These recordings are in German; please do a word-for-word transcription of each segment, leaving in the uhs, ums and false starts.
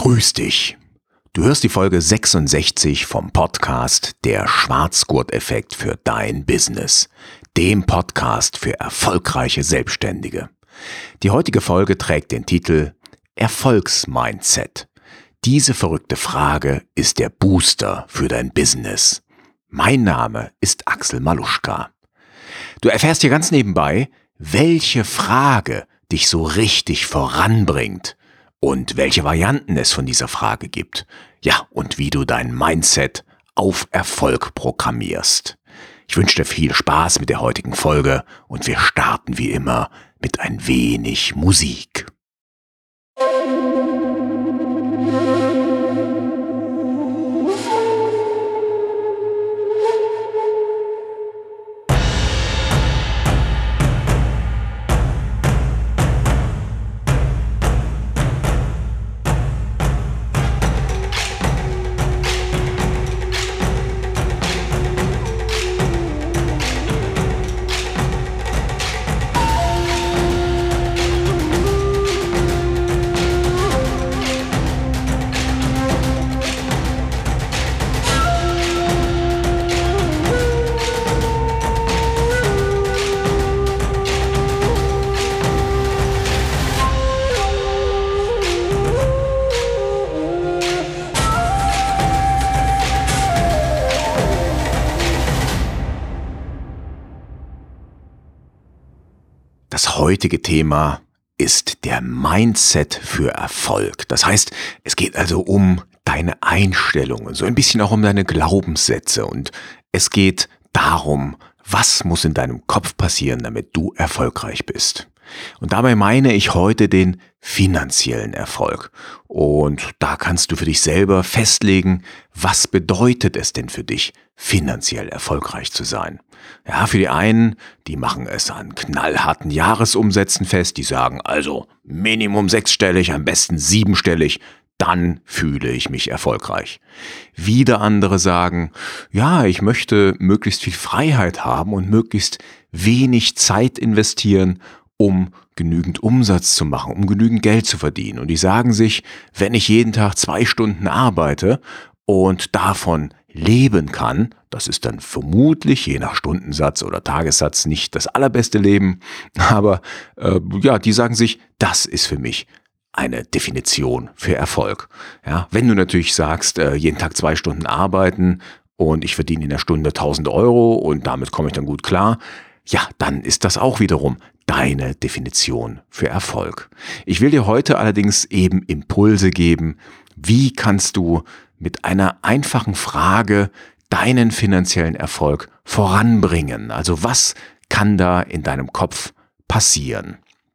Grüß dich. Du hörst die Folge sechsundsechzig vom Podcast Der Schwarzgurt-Effekt für dein Business, dem Podcast für erfolgreiche Selbstständige. Die heutige Folge trägt den Titel Erfolgsmindset. Diese verrückte Frage ist der Booster für dein Business. Mein Name ist Axel Maluschka. Du erfährst hier ganz nebenbei, welche Frage dich so richtig voranbringt und welche Varianten es von dieser Frage gibt. Ja, und wie du dein Mindset auf Erfolg programmierst. Ich wünsche dir viel Spaß mit der heutigen Folge und wir starten wie immer mit ein wenig Musik. Das heutige Thema ist der Mindset für Erfolg. Das heißt, es geht also um deine Einstellungen, so ein bisschen auch um deine Glaubenssätze und es geht darum, was muss in deinem Kopf passieren, damit du erfolgreich bist. Und dabei meine ich heute den finanziellen Erfolg. Und da kannst du für dich selber festlegen, was bedeutet es denn für dich, finanziell erfolgreich zu sein. Ja, für die einen, die machen es an knallharten Jahresumsätzen fest, die sagen also Minimum sechsstellig, am besten siebenstellig, dann fühle ich mich erfolgreich. Wieder andere sagen, ja, ich möchte möglichst viel Freiheit haben und möglichst wenig Zeit investieren, um genügend Umsatz zu machen, um genügend Geld zu verdienen. Und die sagen sich, wenn ich jeden Tag zwei Stunden arbeite und davon leben kann, das ist dann vermutlich je nach Stundensatz oder Tagessatz nicht das allerbeste Leben, aber äh, ja, die sagen sich, das ist für mich eine Definition für Erfolg. Ja, wenn du natürlich sagst, äh, jeden Tag zwei Stunden arbeiten und ich verdiene in der Stunde tausend Euro und damit komme ich dann gut klar, ja, dann ist das auch wiederum deine Definition für Erfolg. Ich will dir heute allerdings eben Impulse geben, wie kannst du mit einer einfachen Frage deinen finanziellen Erfolg voranbringen? Also was kann da in deinem Kopf passieren?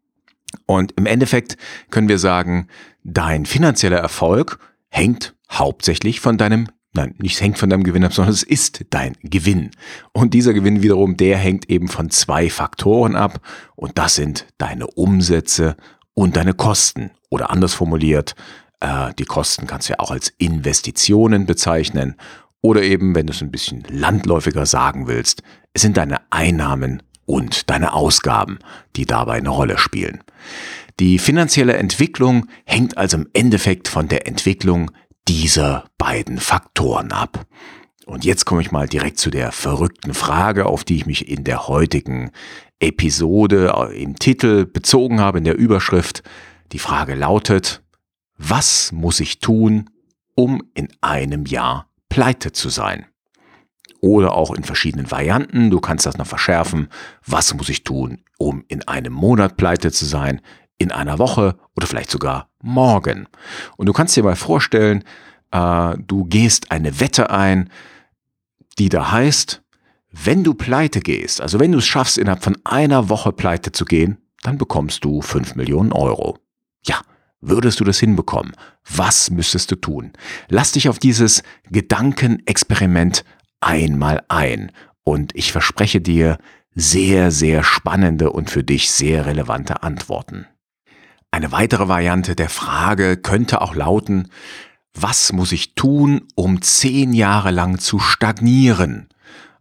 Und im Endeffekt können wir sagen, dein finanzieller Erfolg hängt hauptsächlich von deinem Nein, nicht hängt von deinem Gewinn ab, sondern es ist dein Gewinn. Und dieser Gewinn wiederum, der hängt eben von zwei Faktoren ab. Und das sind deine Umsätze und deine Kosten. Oder anders formuliert, äh, die Kosten kannst du ja auch als Investitionen bezeichnen. Oder eben, wenn du es ein bisschen landläufiger sagen willst, es sind deine Einnahmen und deine Ausgaben, die dabei eine Rolle spielen. Die finanzielle Entwicklung hängt also im Endeffekt von der Entwicklung dieser beiden Faktoren ab. Und jetzt komme ich mal direkt zu der verrückten Frage, auf die ich mich in der heutigen Episode im Titel bezogen habe, in der Überschrift. Die Frage lautet, was muss ich tun, um in einem Jahr pleite zu sein? Oder auch in verschiedenen Varianten, du kannst das noch verschärfen, was muss ich tun, um in einem Monat pleite zu sein, in einer Woche oder vielleicht sogar morgen. Und du kannst dir mal vorstellen, äh, du gehst eine Wette ein, die da heißt, wenn du pleite gehst, also wenn du es schaffst, innerhalb von einer Woche pleite zu gehen, dann bekommst du fünf Millionen Euro. Ja, würdest du das hinbekommen? Was müsstest du tun? Lass dich auf dieses Gedankenexperiment einmal ein und ich verspreche dir sehr, sehr spannende und für dich sehr relevante Antworten. Eine weitere Variante der Frage könnte auch lauten, was muss ich tun, um zehn Jahre lang zu stagnieren?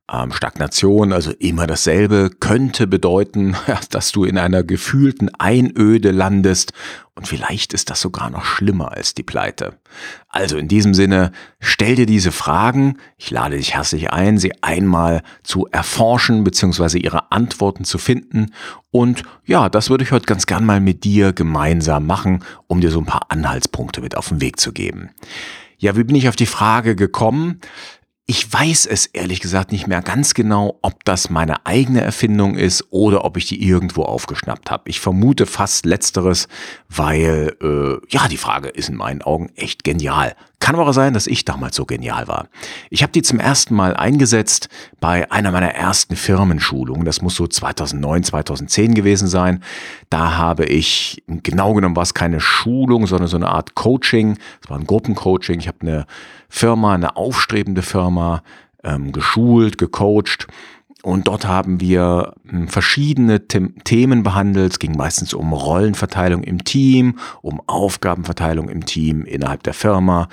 Ähm, Stagnation, also immer dasselbe, könnte bedeuten, ja, dass du in einer gefühlten Einöde landest und vielleicht ist das sogar noch schlimmer als die Pleite. Also in diesem Sinne, stell dir diese Fragen. Ich lade dich herzlich ein, sie einmal zu erforschen bzw. ihre Antworten zu finden. Und ja, das würde ich heute ganz gern mal mit dir gemeinsam machen, um dir so ein paar Anhaltspunkte mit auf den Weg zu geben. Ja, wie bin ich auf die Frage gekommen? Ich weiß es ehrlich gesagt nicht mehr ganz genau, ob das meine eigene Erfindung ist oder ob ich die irgendwo aufgeschnappt habe. Ich vermute fast Letzteres, weil äh, ja, die Frage ist in meinen Augen echt genial. Kann aber sein, dass ich damals so genial war. Ich habe die zum ersten Mal eingesetzt bei einer meiner ersten Firmenschulungen. Das muss so zweitausendneun, zweitausendzehn gewesen sein. Da habe ich, genau genommen war es keine Schulung, sondern so eine Art Coaching. Es war ein Gruppencoaching. Ich habe eine Firma, eine aufstrebende Firma ähm, geschult, gecoacht. Und dort haben wir verschiedene Themen behandelt. Es ging meistens um Rollenverteilung im Team, um Aufgabenverteilung im Team innerhalb der Firma.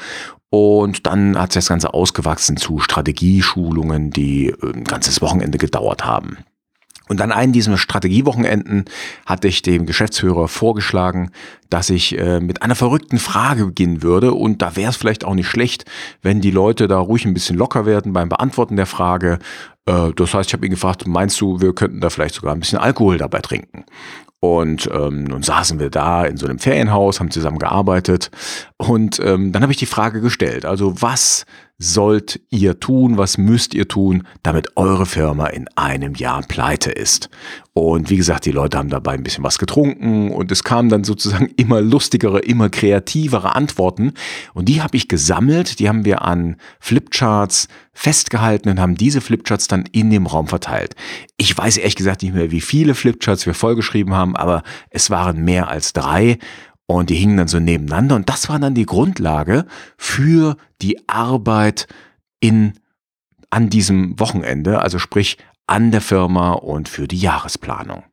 Und dann hat sich das Ganze ausgewachsen zu Strategieschulungen, die ein ganzes Wochenende gedauert haben. Und an einem dieser Strategiewochenenden hatte ich dem Geschäftsführer vorgeschlagen, dass ich äh, mit einer verrückten Frage beginnen würde. Und da wäre es vielleicht auch nicht schlecht, wenn die Leute da ruhig ein bisschen locker werden beim Beantworten der Frage. Äh, das heißt, ich habe ihn gefragt, meinst du, wir könnten da vielleicht sogar ein bisschen Alkohol dabei trinken? Und ähm, nun saßen wir da in so einem Ferienhaus, haben zusammen gearbeitet und ähm, dann habe ich die Frage gestellt, also was sollt ihr tun, was müsst ihr tun, damit eure Firma in einem Jahr pleite ist? Und wie gesagt, die Leute haben dabei ein bisschen was getrunken und es kamen dann sozusagen immer lustigere, immer kreativere Antworten und die habe ich gesammelt, die haben wir an Flipcharts festgehalten und haben diese Flipcharts dann in dem Raum verteilt. Ich weiß ehrlich gesagt nicht mehr, wie viele Flipcharts wir vollgeschrieben haben, aber es waren mehr als drei. Und die hingen dann so nebeneinander und das war dann die Grundlage für die Arbeit in, an diesem Wochenende, also sprich an der Firma und für die Jahresplanung.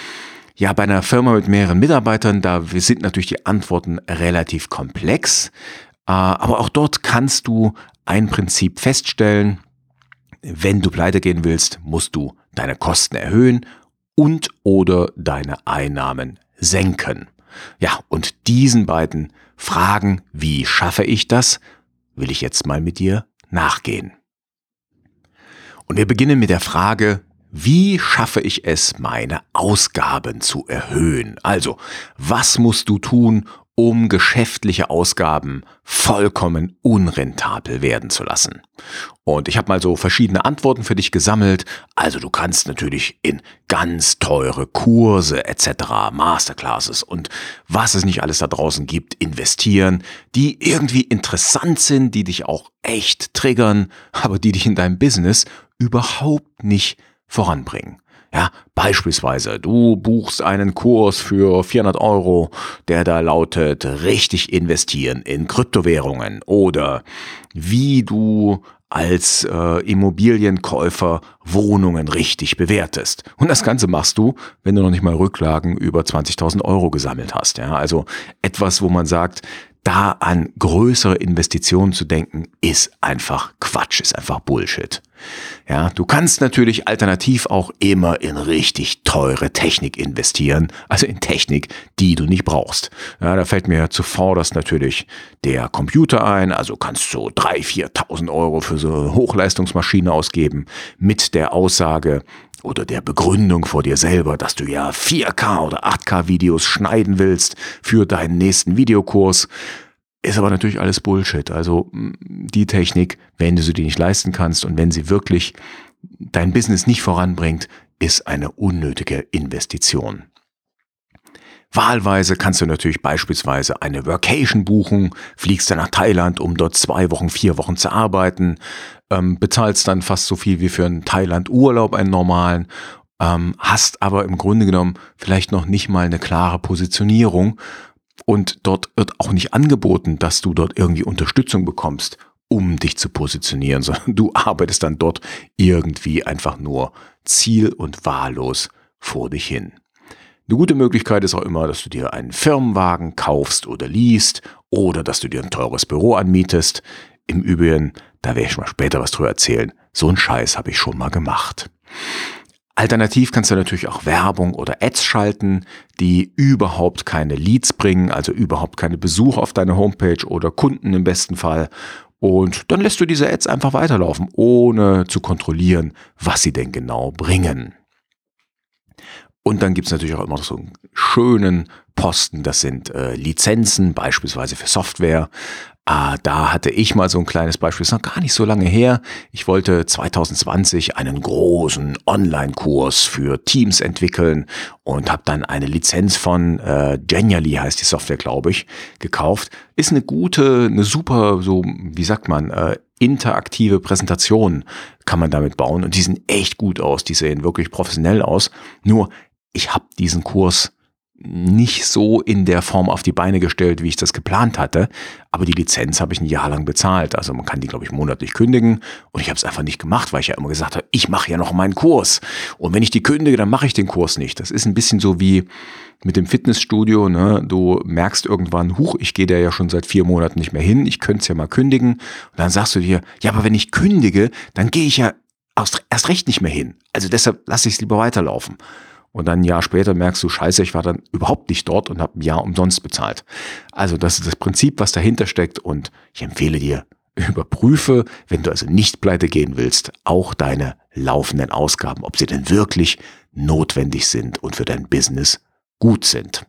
Ja, bei einer Firma mit mehreren Mitarbeitern, da sind natürlich die Antworten relativ komplex, aber auch dort kannst du ein Prinzip feststellen: Wenn du pleite gehen willst, musst du deine Kosten erhöhen und oder deine Einnahmen senken. Ja, und diesen beiden Fragen, wie schaffe ich das, will ich jetzt mal mit dir nachgehen. Und wir beginnen mit der Frage, wie schaffe ich es, meine Ausgaben zu erhöhen? Also, was musst du tun, um geschäftliche Ausgaben vollkommen unrentabel werden zu lassen? Und ich habe mal so verschiedene Antworten für dich gesammelt. Also du kannst natürlich in ganz teure Kurse et cetera, Masterclasses und was es nicht alles da draußen gibt, investieren, die irgendwie interessant sind, die dich auch echt triggern, aber die dich in deinem Business überhaupt nicht voranbringen. Ja, beispielsweise, du buchst einen Kurs für vierhundert Euro, der da lautet, richtig investieren in Kryptowährungen oder wie du als äh, Immobilienkäufer Wohnungen richtig bewertest. Und das Ganze machst du, wenn du noch nicht mal Rücklagen über zwanzigtausend Euro gesammelt hast. Ja, also etwas, wo man sagt, da an größere Investitionen zu denken, ist einfach Quatsch, ist einfach Bullshit. Ja, du kannst natürlich alternativ auch immer in richtig teure Technik investieren, also in Technik, die du nicht brauchst. Ja, da fällt mir zuvorderst natürlich der Computer ein, also kannst du dreitausend, viertausend Euro für so eine Hochleistungsmaschine ausgeben, mit der Aussage oder der Begründung vor dir selber, dass du ja vier K oder acht K Videos schneiden willst für deinen nächsten Videokurs. Ist aber natürlich alles Bullshit. Also die Technik, wenn du sie dir nicht leisten kannst und wenn sie wirklich dein Business nicht voranbringt, ist eine unnötige Investition. Wahlweise kannst du natürlich beispielsweise eine Workation buchen, fliegst dann nach Thailand, um dort zwei Wochen, vier Wochen zu arbeiten, ähm, bezahlst dann fast so viel wie für einen Thailand-Urlaub, einen normalen, ähm, hast aber im Grunde genommen vielleicht noch nicht mal eine klare Positionierung und dort wird auch nicht angeboten, dass du dort irgendwie Unterstützung bekommst, um dich zu positionieren, sondern du arbeitest dann dort irgendwie einfach nur ziel- und wahllos vor dich hin. Eine gute Möglichkeit ist auch immer, dass du dir einen Firmenwagen kaufst oder liest oder dass du dir ein teures Büro anmietest. Im Übrigen, da werde ich mal später was drüber erzählen, So einen Scheiß habe ich schon mal gemacht. Alternativ kannst du natürlich auch Werbung oder Ads schalten, die überhaupt keine Leads bringen, also überhaupt keine Besucher auf deine Homepage oder Kunden im besten Fall. Und dann lässt du diese Ads einfach weiterlaufen, ohne zu kontrollieren, was sie denn genau bringen. Und dann gibt es natürlich auch immer noch so einen schönen Posten, das sind äh, Lizenzen, beispielsweise für Software. Ah, da hatte ich mal so ein kleines Beispiel, ist noch gar nicht so lange her. Ich wollte zwanzig zwanzig einen großen Online-Kurs für Teams entwickeln und habe dann eine Lizenz von äh, Genially, heißt die Software, glaube ich, gekauft. Ist eine gute, eine super, so wie sagt man, äh, interaktive Präsentation kann man damit bauen und die sehen echt gut aus, die sehen wirklich professionell aus. Nur, ich habe diesen Kurs nicht so in der Form auf die Beine gestellt, wie ich das geplant hatte, aber die Lizenz habe ich ein Jahr lang bezahlt. Also man kann die, glaube ich, monatlich kündigen und ich habe es einfach nicht gemacht, weil ich ja immer gesagt habe, ich mache ja noch meinen Kurs und wenn ich die kündige, dann mache ich den Kurs nicht. Das ist ein bisschen so wie mit dem Fitnessstudio, ne? Du merkst irgendwann, huch, ich gehe da ja schon seit vier Monaten nicht mehr hin, ich könnte es ja mal kündigen und dann sagst du dir, ja, aber wenn ich kündige, dann gehe ich ja erst recht nicht mehr hin. Also deshalb lasse ich es lieber weiterlaufen. Und dann ein Jahr später merkst du, scheiße, ich war dann überhaupt nicht dort und habe ein Jahr umsonst bezahlt. Also das ist das Prinzip, was dahinter steckt und ich empfehle dir, überprüfe, wenn du also nicht pleite gehen willst, auch deine laufenden Ausgaben, ob sie denn wirklich notwendig sind und für dein Business gut sind.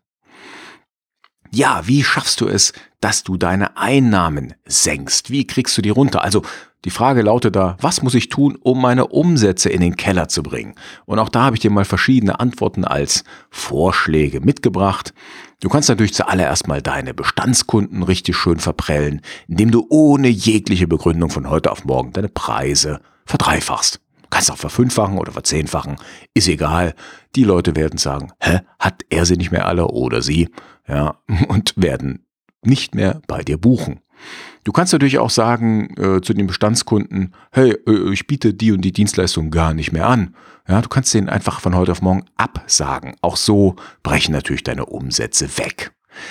Ja, wie schaffst du es, dass du deine Einnahmen senkst? Wie kriegst du die runter? Also die Frage lautet da, was muss ich tun, um meine Umsätze in den Keller zu bringen? Und auch da habe ich dir mal verschiedene Antworten als Vorschläge mitgebracht. Du kannst natürlich zuallererst mal deine Bestandskunden richtig schön verprellen, indem du ohne jegliche Begründung von heute auf morgen deine Preise verdreifachst. Kannst auch verfünffachen oder verzehnfachen, ist egal. Die Leute werden sagen, hä, hat er sie nicht mehr alle oder sie, ja, und werden nicht mehr bei dir buchen. Du kannst natürlich auch sagen äh, zu den Bestandskunden, hey, äh, ich biete die und die Dienstleistung gar nicht mehr an. Ja, du kannst denen einfach von heute auf morgen absagen. Auch so brechen natürlich deine Umsätze weg.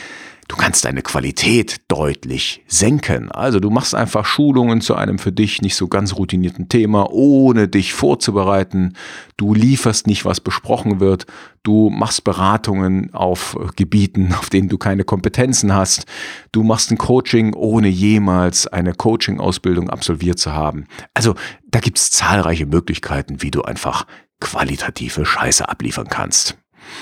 Du kannst deine Qualität deutlich senken. Also du machst einfach Schulungen zu einem für dich nicht so ganz routinierten Thema, ohne dich vorzubereiten. Du lieferst nicht, was besprochen wird. Du machst Beratungen auf Gebieten, auf denen du keine Kompetenzen hast. Du machst ein Coaching, ohne jemals eine Coaching-Ausbildung absolviert zu haben. Also da gibt es zahlreiche Möglichkeiten, wie du einfach qualitative Scheiße abliefern kannst.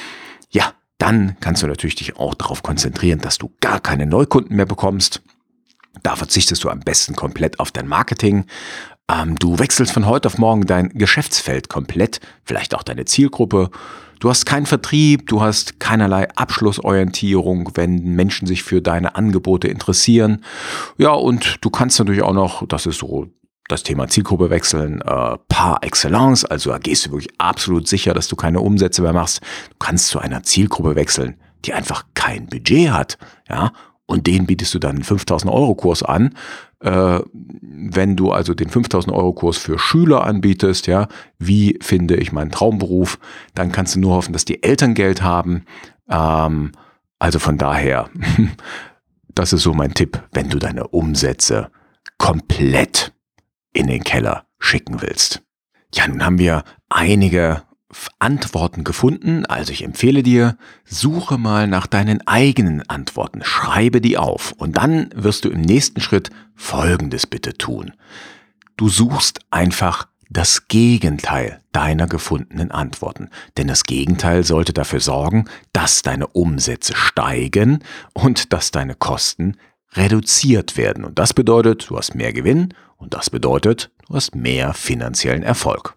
Ja, dann kannst du natürlich dich auch darauf konzentrieren, dass du gar keine Neukunden mehr bekommst. Da verzichtest du am besten komplett auf dein Marketing. Ähm, du wechselst von heute auf morgen dein Geschäftsfeld komplett, vielleicht auch deine Zielgruppe. Du hast keinen Vertrieb, du hast keinerlei Abschlussorientierung, wenn Menschen sich für deine Angebote interessieren. Ja, und du kannst natürlich auch noch, das ist so das Thema Zielgruppe wechseln, äh, par excellence, also da gehst du wirklich absolut sicher, dass du keine Umsätze mehr machst. Du kannst zu einer Zielgruppe wechseln, die einfach kein Budget hat, ja, und denen bietest du dann einen fünftausend Euro Kurs an. Äh, wenn du also den fünftausend Euro Kurs für Schüler anbietest, ja, wie finde ich meinen Traumberuf, dann kannst du nur hoffen, dass die Eltern Geld haben. Ähm, also von daher, das ist so mein Tipp, wenn du deine Umsätze komplett in den Keller schicken willst. Ja, nun haben wir einige Antworten gefunden, also ich empfehle dir, suche mal nach deinen eigenen Antworten, schreibe die auf und dann wirst du im nächsten Schritt Folgendes bitte tun. Du suchst einfach das Gegenteil deiner gefundenen Antworten, denn das Gegenteil sollte dafür sorgen, dass deine Umsätze steigen und dass deine Kosten reduziert werden. Und das bedeutet, du hast mehr Gewinn und das bedeutet, du hast mehr finanziellen Erfolg.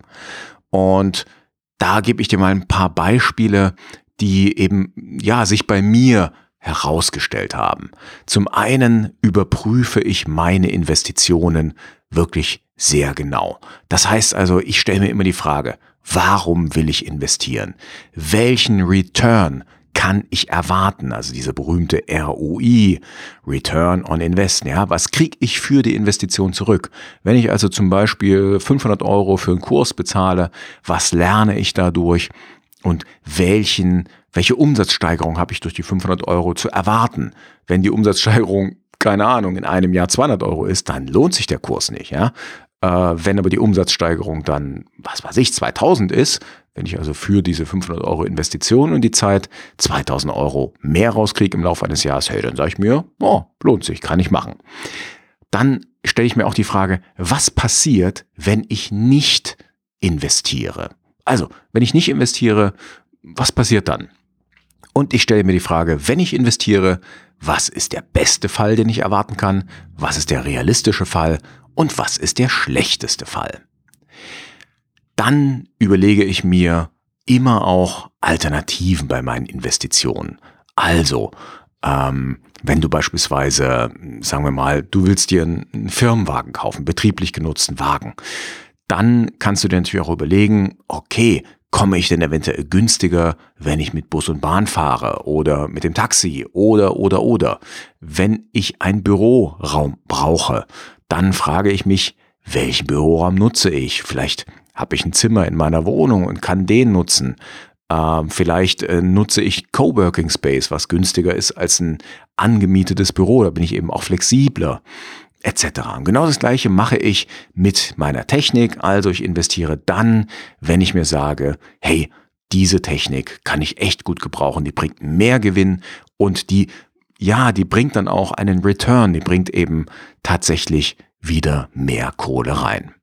Und da gebe ich dir mal ein paar Beispiele, die eben ja sich bei mir herausgestellt haben. Zum einen überprüfe ich meine Investitionen wirklich sehr genau. Das heißt also, ich stelle mir immer die Frage, warum will ich investieren? Welchen Return kann ich erwarten? Also diese berühmte R O I, Return on Invest. Ja, was kriege ich für die Investition zurück? Wenn ich also zum Beispiel fünfhundert Euro für einen Kurs bezahle, was lerne ich dadurch? Und welchen, welche Umsatzsteigerung habe ich durch die fünfhundert Euro zu erwarten? Wenn die Umsatzsteigerung, keine Ahnung, in einem Jahr zweihundert Euro ist, dann lohnt sich der Kurs nicht. Ja? Äh, wenn aber die Umsatzsteigerung dann, was weiß ich, zweitausend ist, wenn ich also für diese fünfhundert Euro Investition und die Zeit zweitausend Euro mehr rauskriege im Laufe eines Jahres, hey, dann sage ich mir, oh, lohnt sich, kann ich machen. Dann stelle ich mir auch die Frage, was passiert, wenn ich nicht investiere? Also, wenn ich nicht investiere, was passiert dann? Und ich stelle mir die Frage, wenn ich investiere, was ist der beste Fall, den ich erwarten kann? Was ist der realistische Fall? Und was ist der schlechteste Fall? Dann überlege ich mir immer auch Alternativen bei meinen Investitionen. Also, ähm, wenn du beispielsweise, sagen wir mal, du willst dir einen Firmenwagen kaufen, betrieblich genutzten Wagen, dann kannst du dir natürlich auch überlegen, okay, komme ich denn eventuell günstiger, wenn ich mit Bus und Bahn fahre oder mit dem Taxi oder, oder, oder. Wenn ich einen Büroraum brauche, dann frage ich mich, welchen Büroraum nutze ich? Vielleicht habe ich ein Zimmer in meiner Wohnung und kann den nutzen. Ähm, vielleicht äh, nutze ich Coworking Space, was günstiger ist als ein angemietetes Büro. Da bin ich eben auch flexibler, et cetera. Und genau das Gleiche mache ich mit meiner Technik. Also ich investiere dann, wenn ich mir sage, hey, diese Technik kann ich echt gut gebrauchen. Die bringt mehr Gewinn und die, ja, die bringt dann auch einen Return. Die bringt eben tatsächlich wieder mehr Kohle rein.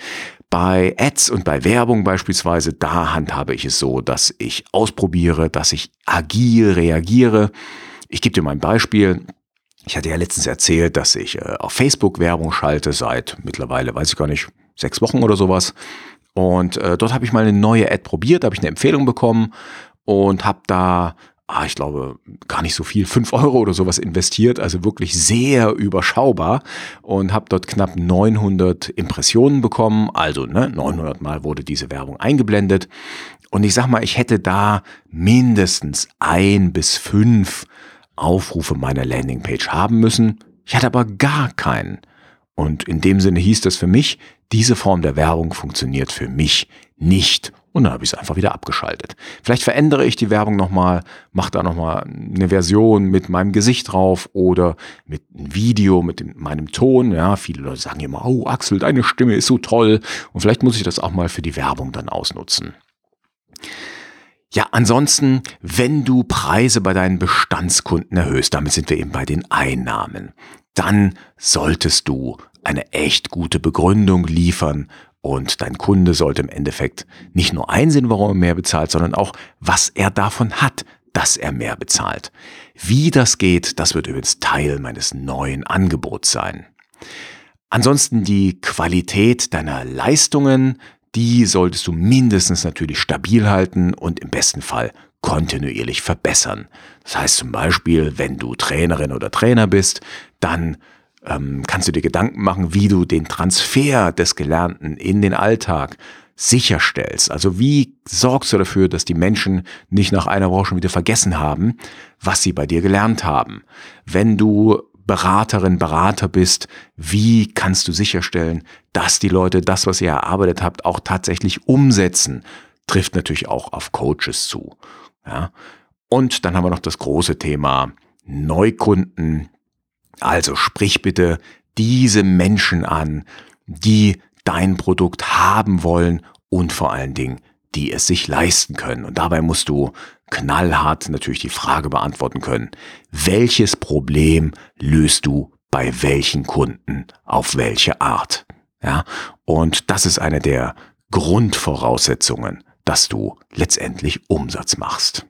Bei Ads und bei Werbung beispielsweise, da handhabe ich es so, dass ich ausprobiere, dass ich agil reagiere. Ich gebe dir mal ein Beispiel. Ich hatte ja letztens erzählt, dass ich äh, auf Facebook Werbung schalte seit mittlerweile, weiß ich gar nicht, sechs Wochen oder sowas. Und äh, dort habe ich mal eine neue Ad probiert, da habe ich eine Empfehlung bekommen und habe da, ah, ich glaube, gar nicht so viel, fünf Euro oder sowas investiert, also wirklich sehr überschaubar und habe dort knapp neunhundert Impressionen bekommen, also ne, neunhundert Mal wurde diese Werbung eingeblendet und ich sag mal, ich hätte da mindestens ein bis fünf Aufrufe meiner Landingpage haben müssen, ich hatte aber gar keinen. Und in dem Sinne hieß das für mich, diese Form der Werbung funktioniert für mich nicht. Und dann habe ich es einfach wieder abgeschaltet. Vielleicht verändere ich die Werbung nochmal, mache da nochmal eine Version mit meinem Gesicht drauf oder mit einem Video, mit dem, meinem Ton. Ja, viele Leute sagen immer, oh Axel, deine Stimme ist so toll. Und vielleicht muss ich das auch mal für die Werbung dann ausnutzen. Ja, ansonsten, wenn du Preise bei deinen Bestandskunden erhöhst, damit sind wir eben bei den Einnahmen, dann solltest du eine echt gute Begründung liefern und dein Kunde sollte im Endeffekt nicht nur einsehen, warum er mehr bezahlt, sondern auch, was er davon hat, dass er mehr bezahlt. Wie das geht, das wird übrigens Teil meines neuen Angebots sein. Ansonsten die Qualität deiner Leistungen, die solltest du mindestens natürlich stabil halten und im besten Fall kontinuierlich verbessern. Das heißt zum Beispiel, wenn du Trainerin oder Trainer bist, dann ähm, kannst du dir Gedanken machen, wie du den Transfer des Gelernten in den Alltag sicherstellst. Also wie sorgst du dafür, dass die Menschen nicht nach einer Woche schon wieder vergessen haben, was sie bei dir gelernt haben? Wenn du Beraterin, Berater bist, wie kannst du sicherstellen, dass die Leute das, was ihr erarbeitet habt, auch tatsächlich umsetzen? Trifft natürlich auch auf Coaches zu. Ja? Und dann haben wir noch das große Thema Neukunden. Also sprich bitte diese Menschen an, die dein Produkt haben wollen und vor allen Dingen, die es sich leisten können. Und dabei musst du knallhart natürlich die Frage beantworten können, welches Problem löst du bei welchen Kunden auf welche Art? Ja, und das ist eine der Grundvoraussetzungen, dass du letztendlich Umsatz machst.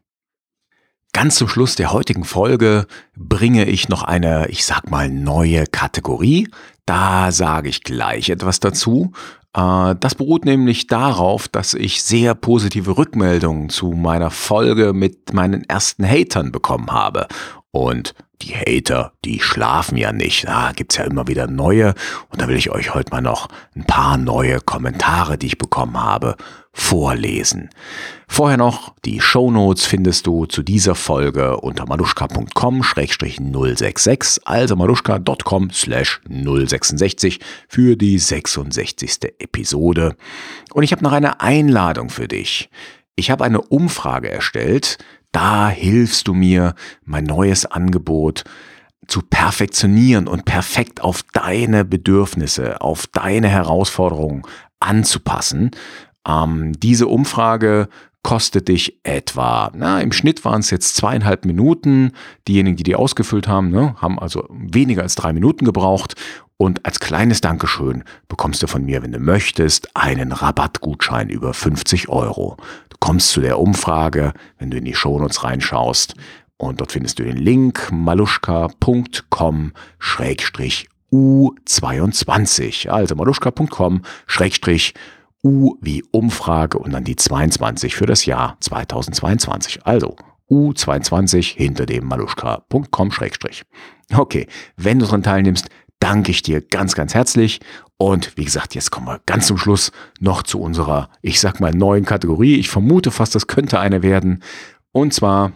Ganz zum Schluss der heutigen Folge bringe ich noch eine, ich sag mal, neue Kategorie. Da sage ich gleich etwas dazu. Das beruht nämlich darauf, dass ich sehr positive Rückmeldungen zu meiner Folge mit meinen ersten Hatern bekommen habe. Und die Hater, die schlafen ja nicht. Da gibt's ja immer wieder neue. Und da will ich euch heute mal noch ein paar neue Kommentare, die ich bekommen habe, vorlesen. Vorher noch, die Shownotes findest du zu dieser Folge unter maluschka punkt com schrägstrich null sechs sechs, also maluschka punkt com slash null sechsundsechzig für die sechsundsechzigste Episode. Und ich habe noch eine Einladung für dich. Ich habe eine Umfrage erstellt. Da hilfst du mir, mein neues Angebot zu perfektionieren und perfekt auf deine Bedürfnisse, auf deine Herausforderungen anzupassen. Ähm, diese Umfrage kostet dich etwa, na, im Schnitt waren es jetzt zweieinhalb Minuten. Diejenigen, die die ausgefüllt haben, ne, haben also weniger als drei Minuten gebraucht. Und als kleines Dankeschön bekommst du von mir, wenn du möchtest, einen Rabattgutschein über fünfzig Euro. Du kommst zu der Umfrage, wenn du in die Shownotes reinschaust. Und dort findest du den Link maluschka punkt com Schrägstrich U zweiundzwanzig. Also maluschka punkt com Schrägstrich U wie Umfrage und dann die zweiundzwanzig für das Jahr zweitausendzweiundzwanzig. Also U zweiundzwanzig hinter dem maluschka punkt com Schrägstrich. Okay, wenn du daran teilnimmst, danke ich dir ganz, ganz herzlich. Und wie gesagt, jetzt kommen wir ganz zum Schluss noch zu unserer, ich sag mal, neuen Kategorie. Ich vermute fast, das könnte eine werden. Und zwar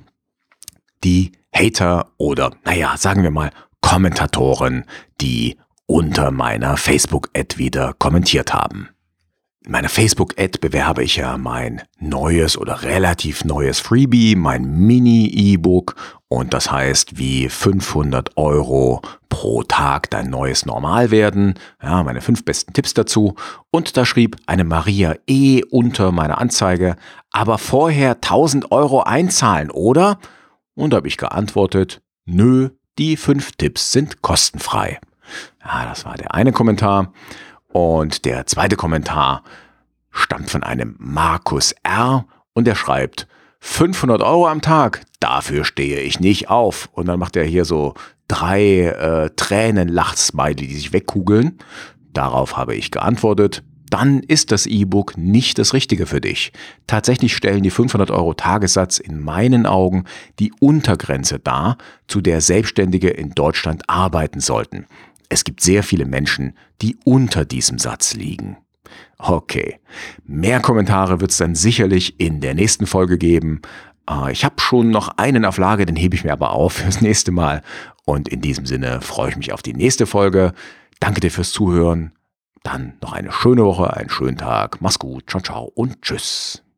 die Hater oder, naja, sagen wir mal, Kommentatoren, die unter meiner Facebook-Ad wieder kommentiert haben. In meiner Facebook-Ad bewerbe ich ja mein neues oder relativ neues Freebie, mein Mini-E-Book, und das heißt, wie fünfhundert Euro pro Tag dein neues Normal werden. Ja, meine fünf besten Tipps dazu. Und da schrieb eine Maria E. unter meiner Anzeige, aber vorher tausend Euro einzahlen, oder? Und da habe ich geantwortet, nö, die fünf Tipps sind kostenfrei. Ja, das war der eine Kommentar. Und der zweite Kommentar stammt von einem Markus R. und der schreibt, fünfhundert Euro am Tag, dafür stehe ich nicht auf. Und dann macht er hier so drei äh, Tränen-Lach-Smiley, die sich wegkugeln. Darauf habe ich geantwortet, dann ist das E-Book nicht das Richtige für dich. Tatsächlich stellen die fünfhundert Euro Tagessatz in meinen Augen die Untergrenze dar, zu der Selbstständige in Deutschland arbeiten sollten. Es gibt sehr viele Menschen, die unter diesem Satz liegen. Okay, mehr Kommentare wird es dann sicherlich in der nächsten Folge geben. Ich habe schon noch einen auf Lager, den hebe ich mir aber auf fürs nächste Mal. Und in diesem Sinne freue ich mich auf die nächste Folge. Danke dir fürs Zuhören. Dann noch eine schöne Woche, einen schönen Tag. Mach's gut, ciao, ciao und tschüss.